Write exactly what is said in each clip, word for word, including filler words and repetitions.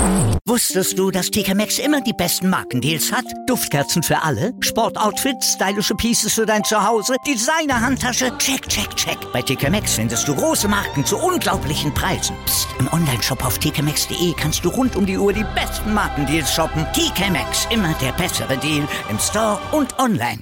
Wusstest du, dass T K Maxx immer die besten Markendeals hat? Duftkerzen für alle, Sportoutfits, stylische Pieces für dein Zuhause, Designer-Handtasche, check, check, check. Bei T K Maxx findest du große Marken zu unglaublichen Preisen. Psst. Im Onlineshop auf t k maxx punkt d e kannst du rund um die Uhr die besten Markendeals shoppen. T K Maxx, immer der bessere Deal im Store und online.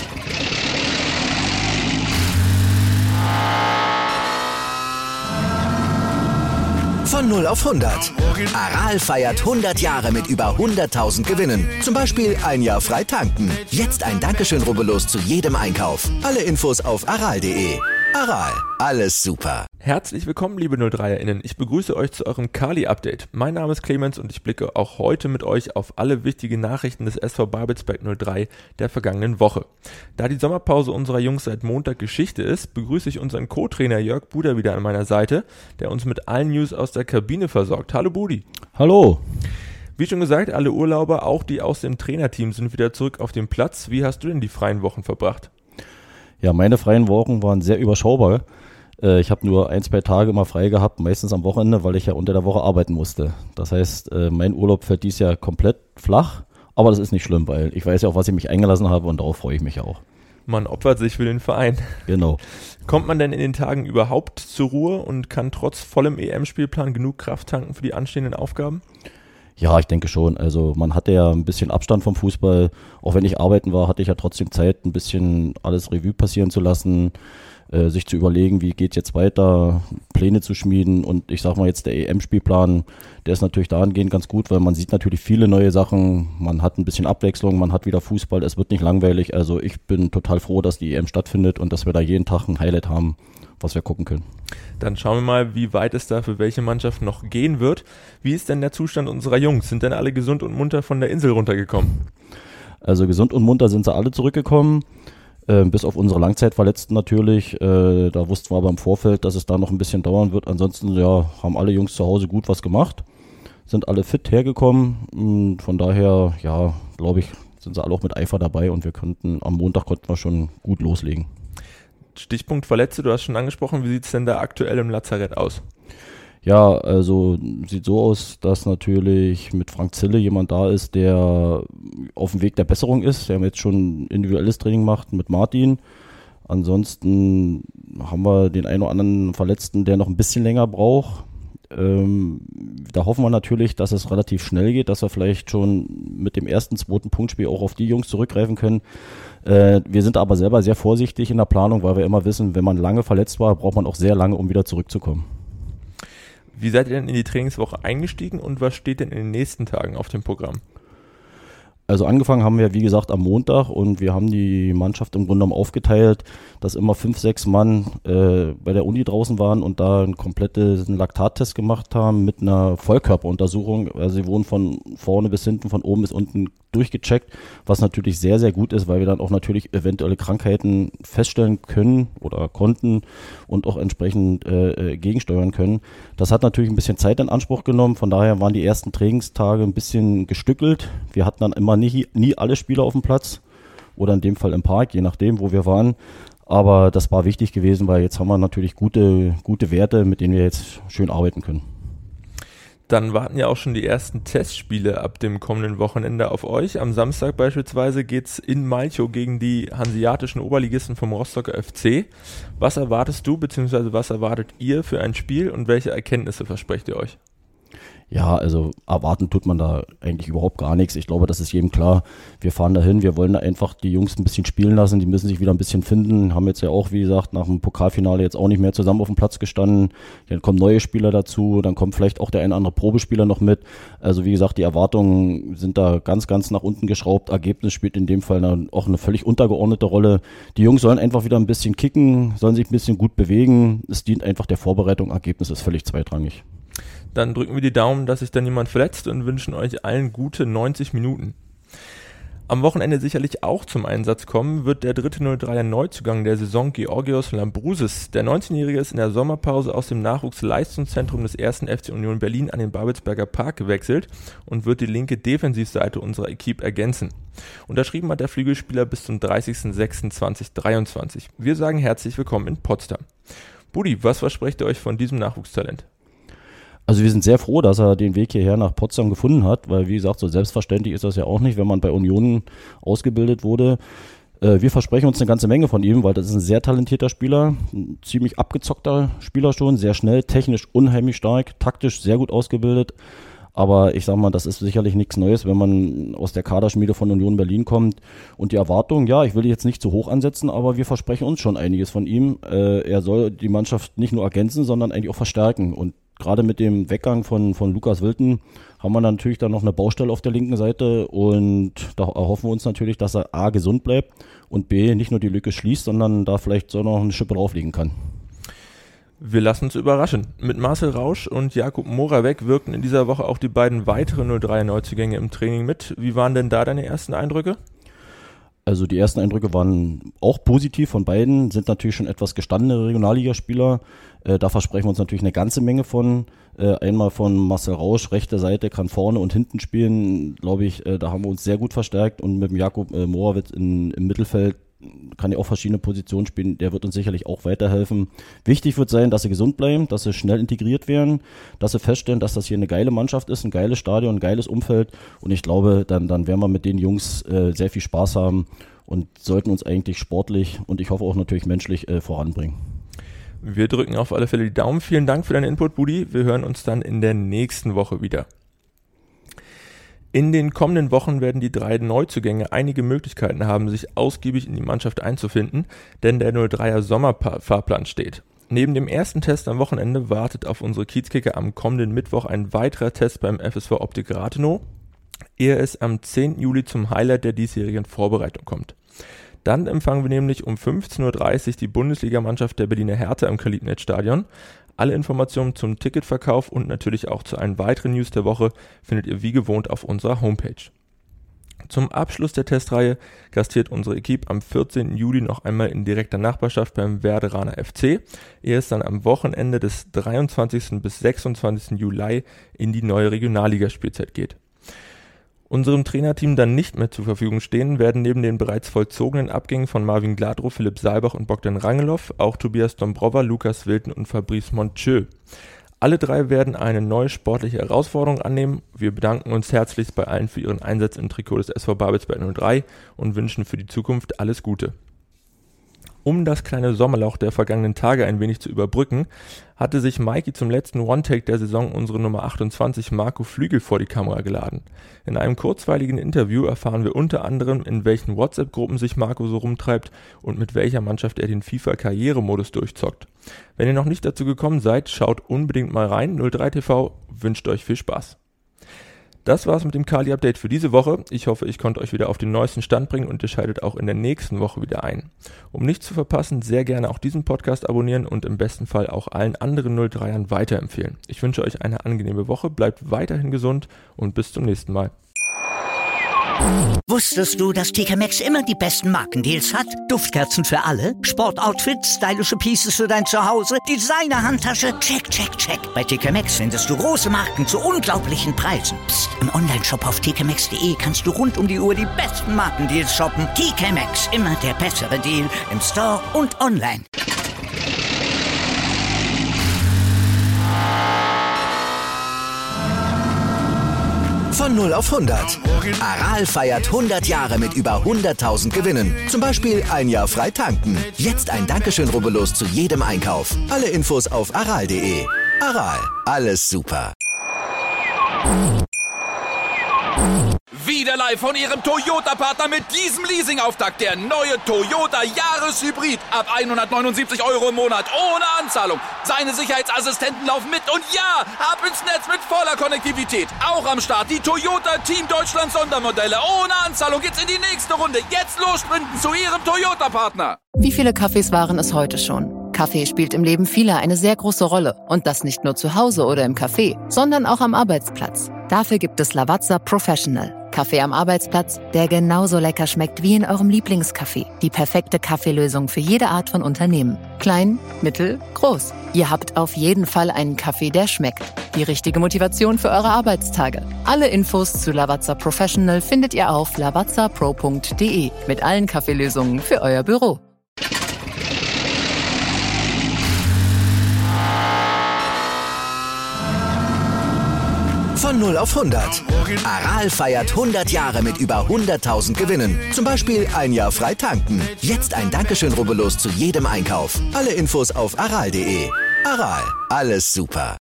Von null auf hundert. Aral feiert hundert Jahre mit über hunderttausend Gewinnen. Zum Beispiel ein Jahr frei tanken. Jetzt ein Dankeschön, rubbellos zu jedem Einkauf. Alle Infos auf aral punkt de. Aral, alles super. Herzlich willkommen, liebe null drei-erInnen. Ich begrüße euch zu eurem Kali-Update. Mein Name ist Clemens und ich blicke auch heute mit euch auf alle wichtigen Nachrichten des S V Babelsberg null drei der vergangenen Woche. Da die Sommerpause unserer Jungs seit Montag Geschichte ist, begrüße ich unseren Co-Trainer Jörg Buder wieder an meiner Seite, der uns mit allen News aus der Kabine versorgt. Hallo Budi. Hallo. Wie schon gesagt, alle Urlauber, auch die aus dem Trainerteam, sind wieder zurück auf dem Platz. Wie hast du denn die freien Wochen verbracht? Ja, meine freien Wochen waren sehr überschaubar. Äh, ich habe nur ein, zwei Tage immer frei gehabt, meistens am Wochenende, weil ich ja unter der Woche arbeiten musste. Das heißt, äh, mein Urlaub fällt dieses Jahr komplett flach, aber das ist nicht schlimm, weil ich weiß ja auch, was ich mich eingelassen habe und darauf freue ich mich auch. Man opfert sich für den Verein. Genau. Kommt man denn in den Tagen überhaupt zur Ruhe und kann trotz vollem E M-Spielplan genug Kraft tanken für die anstehenden Aufgaben? Ja, ich denke schon. Also man hatte ja ein bisschen Abstand vom Fußball. Auch wenn ich arbeiten war, hatte ich ja trotzdem Zeit, ein bisschen alles Revue passieren zu lassen, äh, sich zu überlegen, wie geht jetzt weiter, Pläne zu schmieden. Und ich sag mal jetzt, der E M-Spielplan, der ist natürlich dahingehend ganz gut, weil man sieht natürlich viele neue Sachen. Man hat ein bisschen Abwechslung, man hat wieder Fußball, es wird nicht langweilig. Also ich bin total froh, dass die E M stattfindet und dass wir da jeden Tag ein Highlight haben, was wir gucken können. Dann schauen wir mal, wie weit es da für welche Mannschaft noch gehen wird. Wie ist denn der Zustand unserer Jungs? Sind denn alle gesund und munter von der Insel runtergekommen? Also gesund und munter sind sie alle zurückgekommen, äh, bis auf unsere Langzeitverletzten natürlich. Äh, da wussten wir aber im Vorfeld, dass es da noch ein bisschen dauern wird. Ansonsten ja, haben alle Jungs zu Hause gut was gemacht, sind alle fit hergekommen. Und von daher, ja, glaube ich, sind sie alle auch mit Eifer dabei und wir könnten am Montag konnten wir schon gut loslegen. Stichpunkt Verletzte, du hast schon angesprochen, wie sieht es denn da aktuell im Lazarett aus? Ja, also sieht so aus, dass natürlich mit Frank Zille jemand da ist, der auf dem Weg der Besserung ist, der jetzt schon individuelles Training macht mit Martin. Ansonsten haben wir den einen oder anderen Verletzten, der noch ein bisschen länger braucht. Ähm, da hoffen wir natürlich, dass es relativ schnell geht, dass wir vielleicht schon mit dem ersten, zweiten Punktspiel auch auf die Jungs zurückgreifen können. Äh, wir sind aber selber sehr vorsichtig in der Planung, weil wir immer wissen, wenn man lange verletzt war, braucht man auch sehr lange, um wieder zurückzukommen. Wie seid ihr denn in die Trainingswoche eingestiegen und was steht denn in den nächsten Tagen auf dem Programm? Also angefangen haben wir, wie gesagt, am Montag und wir haben die Mannschaft im Grunde genommen aufgeteilt, dass immer fünf, sechs Mann äh, bei der Uni draußen waren und da einen kompletten Laktattest gemacht haben mit einer Vollkörperuntersuchung. Also sie wurden von vorne bis hinten, von oben bis unten durchgecheckt, was natürlich sehr, sehr gut ist, weil wir dann auch natürlich eventuelle Krankheiten feststellen können oder konnten und auch entsprechend äh, gegensteuern können. Das hat natürlich ein bisschen Zeit in Anspruch genommen, von daher waren die ersten Trainingstage ein bisschen gestückelt. Wir hatten dann immer nie, nie alle Spieler auf dem Platz oder in dem Fall im Park, je nachdem, wo wir waren. Aber das war wichtig gewesen, weil jetzt haben wir natürlich gute, gute Werte, mit denen wir jetzt schön arbeiten können. Dann warten ja auch schon die ersten Testspiele ab dem kommenden Wochenende auf euch. Am Samstag beispielsweise geht's in Malchow gegen die hanseatischen Oberligisten vom Rostocker F C. Was erwartest du bzw. was erwartet ihr für ein Spiel und welche Erkenntnisse versprecht ihr euch? Ja, also erwarten tut man da eigentlich überhaupt gar nichts. Ich glaube, das ist jedem klar. Wir fahren dahin, wir wollen da einfach die Jungs ein bisschen spielen lassen, die müssen sich wieder ein bisschen finden, haben jetzt ja auch, wie gesagt, nach dem Pokalfinale jetzt auch nicht mehr zusammen auf dem Platz gestanden. Dann kommen neue Spieler dazu, dann kommt vielleicht auch der ein oder andere Probespieler noch mit. Also wie gesagt, die Erwartungen sind da ganz, ganz nach unten geschraubt. Ergebnis spielt in dem Fall dann auch eine völlig untergeordnete Rolle. Die Jungs sollen einfach wieder ein bisschen kicken, sollen sich ein bisschen gut bewegen. Es dient einfach der Vorbereitung, Ergebnis ist völlig zweitrangig. Dann drücken wir die Daumen, dass sich dann niemand verletzt und wünschen euch allen gute neunzig Minuten. Am Wochenende sicherlich auch zum Einsatz kommen wird der dritte null dreier Neuzugang der Saison Georgios Lambrousis. Der neunzehnjährige ist in der Sommerpause aus dem Nachwuchsleistungszentrum des ersten F C Union Berlin an den Babelsberger Park gewechselt und wird die linke Defensivseite unserer Equipe ergänzen. Unterschrieben hat der Flügelspieler bis zum dreißigsten sechsten zweitausenddreiundzwanzig. Wir sagen herzlich willkommen in Potsdam. Budi, was versprecht ihr euch von diesem Nachwuchstalent? Also wir sind sehr froh, dass er den Weg hierher nach Potsdam gefunden hat, weil wie gesagt, so selbstverständlich ist das ja auch nicht, wenn man bei Union ausgebildet wurde. Wir versprechen uns eine ganze Menge von ihm, weil das ist ein sehr talentierter Spieler, ein ziemlich abgezockter Spieler schon, sehr schnell, technisch unheimlich stark, taktisch sehr gut ausgebildet. Aber ich sag mal, das ist sicherlich nichts Neues, wenn man aus der Kaderschmiede von Union Berlin kommt. Und die Erwartung, ja, ich will die jetzt nicht zu hoch ansetzen, aber wir versprechen uns schon einiges von ihm. Er soll die Mannschaft nicht nur ergänzen, sondern eigentlich auch verstärken. Und gerade mit dem Weggang von, von Lukas Wilton haben wir natürlich dann noch eine Baustelle auf der linken Seite und da erhoffen wir uns natürlich, dass er A, gesund bleibt und B, nicht nur die Lücke schließt, sondern da vielleicht so noch eine Schippe drauflegen kann. Wir lassen uns überraschen. Mit Marcel Rausch und Jakub Moravec wirkten in dieser Woche auch die beiden weiteren null drei Neuzugänge im Training mit. Wie waren denn da deine ersten Eindrücke? Also die ersten Eindrücke waren auch positiv von beiden, sind natürlich schon etwas gestandene Regionalligaspieler. Äh, da versprechen wir uns natürlich eine ganze Menge von. Äh, einmal von Marcel Rausch, rechte Seite, kann vorne und hinten spielen, glaube ich, äh, da haben wir uns sehr gut verstärkt. Und mit dem Jakub äh, Morawitz in, im Mittelfeld kann ja auch verschiedene Positionen spielen, der wird uns sicherlich auch weiterhelfen. Wichtig wird sein, dass sie gesund bleiben, dass sie schnell integriert werden, dass sie feststellen, dass das hier eine geile Mannschaft ist, ein geiles Stadion, ein geiles Umfeld und ich glaube, dann, dann werden wir mit den Jungs äh, sehr viel Spaß haben und sollten uns eigentlich sportlich und ich hoffe auch natürlich menschlich äh, voranbringen. Wir drücken auf alle Fälle die Daumen. Vielen Dank für deinen Input, Budi. Wir hören uns dann in der nächsten Woche wieder. In den kommenden Wochen werden die drei Neuzugänge einige Möglichkeiten haben, sich ausgiebig in die Mannschaft einzufinden, denn der null dreier Sommerfahrplan steht. Neben dem ersten Test am Wochenende wartet auf unsere Kiezkicker am kommenden Mittwoch ein weiterer Test beim F S V Optik Rathenow, ehe es am zehnten Juli zum Highlight der diesjährigen Vorbereitung kommt. Dann empfangen wir nämlich um fünfzehn Uhr dreißig die Bundesligamannschaft der Berliner Hertha im Kalibnet-Stadion. Alle Informationen zum Ticketverkauf und natürlich auch zu allen weiteren News der Woche findet ihr wie gewohnt auf unserer Homepage. Zum Abschluss der Testreihe gastiert unsere Equipe am vierzehnten Juli noch einmal in direkter Nachbarschaft beim Werderaner F C, ehe es dann am Wochenende des dreiundzwanzigsten bis sechsundzwanzigsten Juli in die neue Regionalligaspielzeit geht. Unserem Trainerteam dann nicht mehr zur Verfügung stehen, werden neben den bereits vollzogenen Abgängen von Marvin Gladrow, Philipp Saalbach und Bogdan Rangelow auch Tobias Dombrova, Lukas Wilton und Fabrice Montieu. Alle drei werden eine neue sportliche Herausforderung annehmen. Wir bedanken uns herzlichst bei allen für ihren Einsatz im Trikot des S V Babelsberg null drei und wünschen für die Zukunft alles Gute. Um das kleine Sommerloch der vergangenen Tage ein wenig zu überbrücken, hatte sich Mikey zum letzten One-Take der Saison unsere Nummer achtundzwanzig Marco Flügel vor die Kamera geladen. In einem kurzweiligen Interview erfahren wir unter anderem, in welchen WhatsApp-Gruppen sich Marco so rumtreibt und mit welcher Mannschaft er den FIFA-Karrieremodus durchzockt. Wenn ihr noch nicht dazu gekommen seid, schaut unbedingt mal rein. null drei T V wünscht euch viel Spaß. Das war's mit dem Kali-Update für diese Woche. Ich hoffe, ich konnte euch wieder auf den neuesten Stand bringen und ihr schaltet auch in der nächsten Woche wieder ein. Um nichts zu verpassen, sehr gerne auch diesen Podcast abonnieren und im besten Fall auch allen anderen null dreiern weiterempfehlen. Ich wünsche euch eine angenehme Woche, bleibt weiterhin gesund und bis zum nächsten Mal. Wusstest du, dass T K Maxx immer die besten Markendeals hat? Duftkerzen für alle, Sportoutfits, stylische Pieces für dein Zuhause, Designer-Handtasche, check, check, check. Bei T K Maxx findest du große Marken zu unglaublichen Preisen. Psst. Im Onlineshop auf t k maxx punkt de kannst du rund um die Uhr die besten Markendeals shoppen. T K Maxx, immer der bessere Deal im Store und online. Von null auf hundert. Aral feiert hundert Jahre mit über hunderttausend Gewinnen. Zum Beispiel ein Jahr frei tanken. Jetzt ein Dankeschön, rubbellos zu jedem Einkauf. Alle Infos auf aral punkt de. Aral, alles super. Wieder live von Ihrem Toyota-Partner mit diesem Leasing-Auftakt. Der neue Toyota Jahreshybrid. Ab hundertneunundsiebzig Euro im Monat. Ohne Anzahlung. Seine Sicherheitsassistenten laufen mit. Und ja, ab ins Netz mit voller Konnektivität. Auch am Start die Toyota Team Deutschland Sondermodelle. Ohne Anzahlung geht's in die nächste Runde. Jetzt los sprinten zu Ihrem Toyota-Partner. Wie viele Kaffees waren es heute schon? Kaffee spielt im Leben vieler eine sehr große Rolle. Und das nicht nur zu Hause oder im Café, sondern auch am Arbeitsplatz. Dafür gibt es Lavazza Professional. Kaffee am Arbeitsplatz, der genauso lecker schmeckt wie in eurem Lieblingscafé. Die perfekte Kaffeelösung für jede Art von Unternehmen. Klein, mittel, groß. Ihr habt auf jeden Fall einen Kaffee, der schmeckt. Die richtige Motivation für eure Arbeitstage. Alle Infos zu Lavazza Professional findet ihr auf lavazza pro punkt de mit allen Kaffeelösungen für euer Büro. Von null auf hundert. Aral feiert hundert Jahre mit über hunderttausend Gewinnen. Zum Beispiel ein Jahr frei tanken. Jetzt ein Dankeschön, rubbellos zu jedem Einkauf. Alle Infos auf aral punkt de. Aral, alles super.